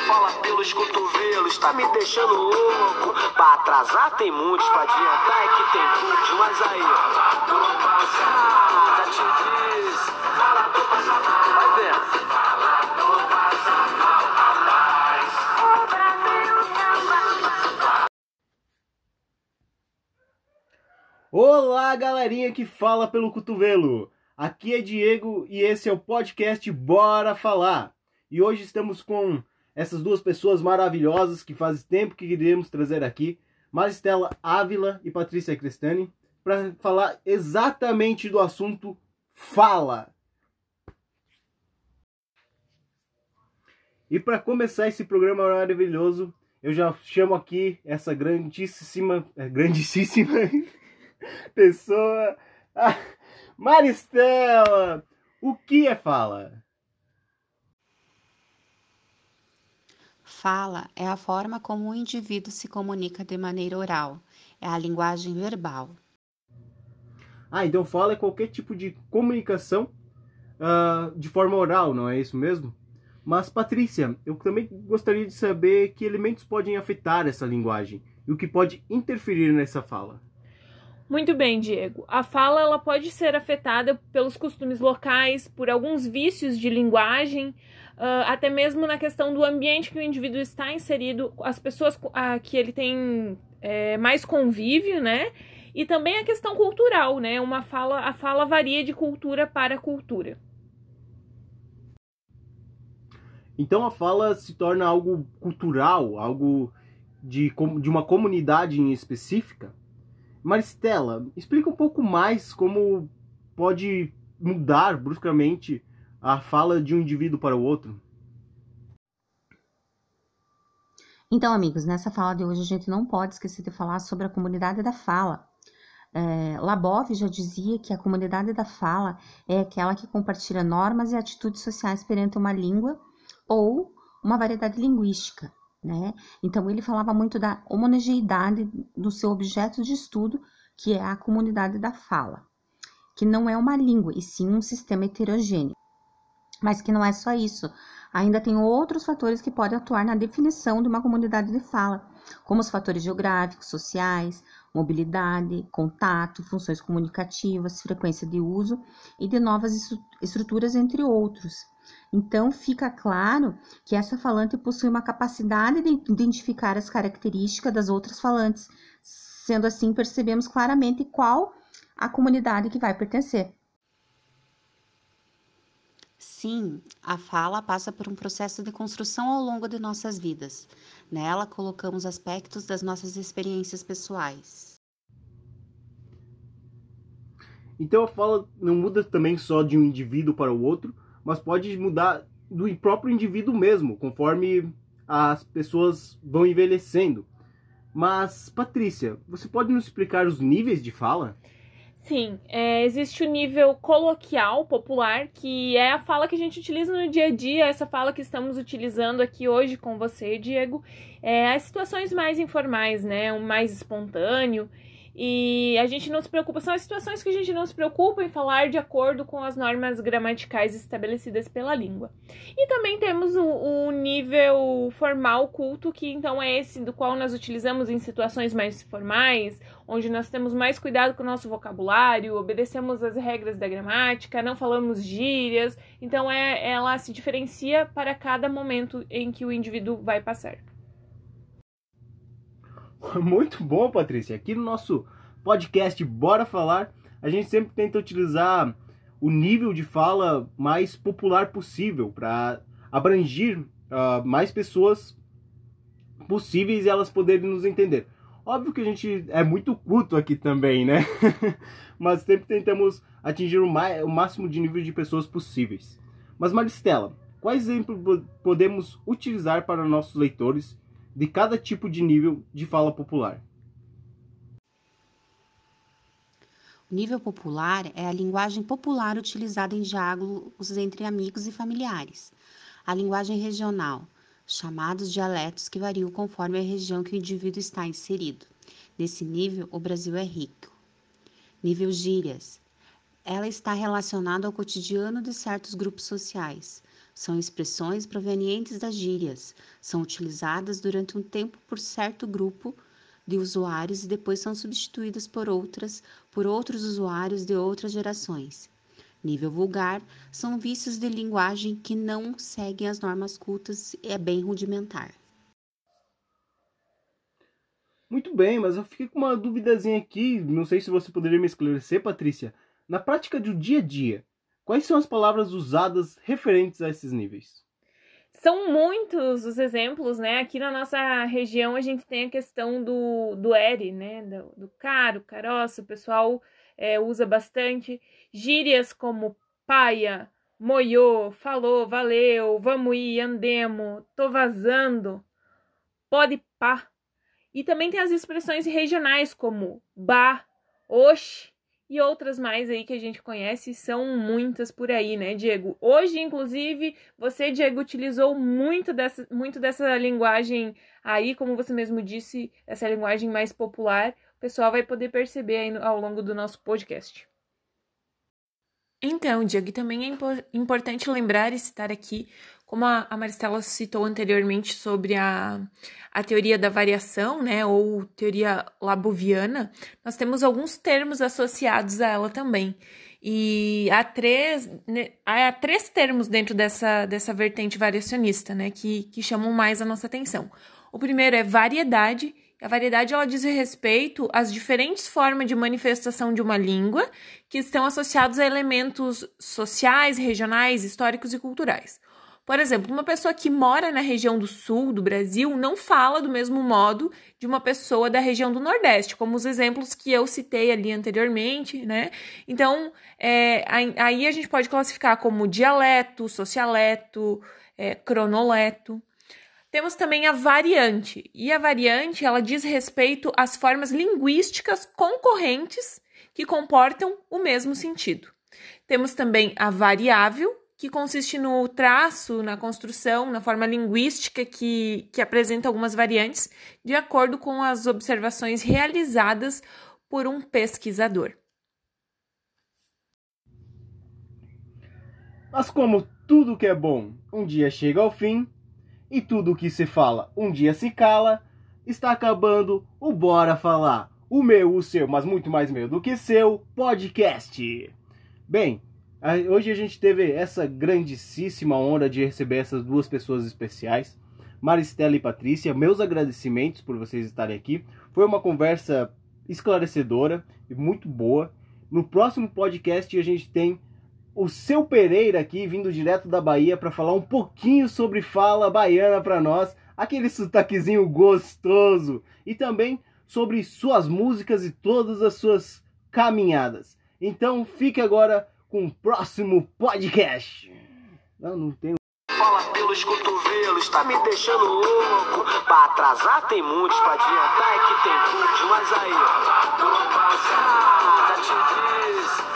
fala pelos cotovelos, tá me deixando louco. Pra atrasar tem muitos, pra adiantar é que tem poucos. Mas aí, já te disse, vai vendo. Olá, galerinha que fala pelo cotovelo. Aqui é Diego e esse é o podcast Bora Falar. E hoje estamos com essas duas pessoas maravilhosas que faz tempo que queríamos trazer aqui, Maristela Ávila e Patrícia Crestani, para falar exatamente do assunto fala. E para começar esse programa maravilhoso, eu já chamo aqui essa grandíssima pessoa, Maristela. O que é fala? Fala é a forma como o indivíduo se comunica de maneira oral, é a linguagem verbal. Então fala é qualquer tipo de comunicação de forma oral, não é isso mesmo? Mas, Patrícia, eu também gostaria de saber que elementos podem afetar essa linguagem e o que pode interferir nessa fala. Muito bem, Diego. A fala ela pode ser afetada pelos costumes locais, por alguns vícios de linguagem, até mesmo na questão do ambiente que o indivíduo está inserido, as pessoas que ele tem mais convívio, né? E também a questão cultural, né? A fala varia de cultura para cultura. Então a fala se torna algo cultural, algo de uma comunidade em específica. Maristela, explica um pouco mais como pode mudar bruscamente a fala de um indivíduo para o outro. Então, amigos, nessa fala de hoje a gente não pode esquecer de falar sobre a comunidade da fala. Labov já dizia que a comunidade da fala é aquela que compartilha normas e atitudes sociais perante uma língua ou uma variedade linguística, né? Então, ele falava muito da homogeneidade do seu objeto de estudo, que é a comunidade da fala, que não é uma língua, e sim um sistema heterogêneo. Mas que não é só isso, ainda tem outros fatores que podem atuar na definição de uma comunidade de fala, como os fatores geográficos, sociais, mobilidade, contato, funções comunicativas, frequência de uso e de novas estruturas, entre outros. Então, fica claro que essa falante possui uma capacidade de identificar as características das outras falantes. Sendo assim, percebemos claramente qual a comunidade que vai pertencer. Sim, a fala passa por um processo de construção ao longo de nossas vidas. Nela, colocamos aspectos das nossas experiências pessoais. Então a fala não muda também só de um indivíduo para o outro, mas pode mudar do próprio indivíduo mesmo, conforme as pessoas vão envelhecendo. Mas, Patrícia, você pode nos explicar os níveis de fala? Sim, existe o nível coloquial, popular, que é a fala que a gente utiliza no dia a dia, essa fala que estamos utilizando aqui hoje com você, Diego, as situações mais informais, né, o mais espontâneo, e a gente não se preocupa, são as situações que a gente não se preocupa em falar de acordo com as normas gramaticais estabelecidas pela língua. E também temos o nível formal, culto, que então é esse do qual nós utilizamos em situações mais formais, onde nós temos mais cuidado com o nosso vocabulário, obedecemos as regras da gramática, não falamos gírias, então ela se diferencia para cada momento em que o indivíduo vai passar. Muito bom, Patrícia. Aqui no nosso podcast Bora Falar, a gente sempre tenta utilizar o nível de fala mais popular possível para abranger mais pessoas possíveis e elas poderem nos entender. Óbvio que a gente é muito culto aqui também, né? Mas sempre tentamos atingir o máximo de nível de pessoas possíveis. Mas, Maristela, quais exemplos podemos utilizar para nossos leitores de cada tipo de nível de fala popular? O nível popular é a linguagem popular utilizada em diálogos entre amigos e familiares. A linguagem regional, chamados dialetos que variam conforme a região que o indivíduo está inserido. Nesse nível, o Brasil é rico. Nível gírias. Ela está relacionada ao cotidiano de certos grupos sociais. São expressões provenientes das gírias. São utilizadas durante um tempo por certo grupo de usuários e depois são substituídas por outros usuários de outras gerações. Nível vulgar são vícios de linguagem que não seguem as normas cultas e é bem rudimentar. Muito bem, mas eu fiquei com uma duvidazinha aqui, não sei se você poderia me esclarecer, Patrícia. Na prática do dia a dia, quais são as palavras usadas referentes a esses níveis? São muitos os exemplos, né? Aqui na nossa região a gente tem a questão do ere, né? Do caro, caroço, o pessoal usa bastante. Gírias como paia, moiô, falou, valeu, vamos ir, andemo, tô vazando, pode pá. E também tem as expressões regionais como bah, oxe e outras mais aí que a gente conhece, são muitas por aí, né, Diego? Hoje, inclusive, você, Diego, utilizou muito dessa linguagem aí, como você mesmo disse, essa linguagem mais popular. O pessoal vai poder perceber aí ao longo do nosso podcast. Então, Diego, também é importante lembrar e citar aqui, como a Maristela citou anteriormente sobre a teoria da variação, né, ou teoria laboviana, nós temos alguns termos associados a ela também. E há três termos dentro dessa vertente variacionista, né, que chamam mais a nossa atenção. O primeiro é variedade. A variedade ela diz respeito às diferentes formas de manifestação de uma língua que estão associados a elementos sociais, regionais, históricos e culturais. Por exemplo, uma pessoa que mora na região do sul do Brasil não fala do mesmo modo de uma pessoa da região do Nordeste, como os exemplos que eu citei ali anteriormente, né? Então, aí a gente pode classificar como dialeto, socialeto, cronoleto. Temos também a variante, e a variante ela diz respeito às formas linguísticas concorrentes que comportam o mesmo sentido. Temos também a variável, que consiste no traço, na construção, na forma linguística que apresenta algumas variantes, de acordo com as observações realizadas por um pesquisador. Mas como tudo que é bom um dia chega ao fim, e tudo o que se fala um dia se cala, está acabando o Bora Falar, o meu, o seu, mas muito mais meu do que seu podcast. Bem, hoje a gente teve essa grandíssima honra de receber essas duas pessoas especiais, Maristela e Patrícia. Meus agradecimentos por vocês estarem aqui. Foi uma conversa esclarecedora e muito boa. No próximo podcast a gente tem o Seu Pereira aqui, vindo direto da Bahia, para falar um pouquinho sobre fala baiana para nós, aquele sotaquezinho gostoso, e também sobre suas músicas e todas as suas caminhadas. Então fique agora com o próximo podcast. Não tem. Fala pelos cotovelos, tá me deixando louco. Pra atrasar tem muitos, pra adiantar é que tem poucos. Mas aí, já te disse.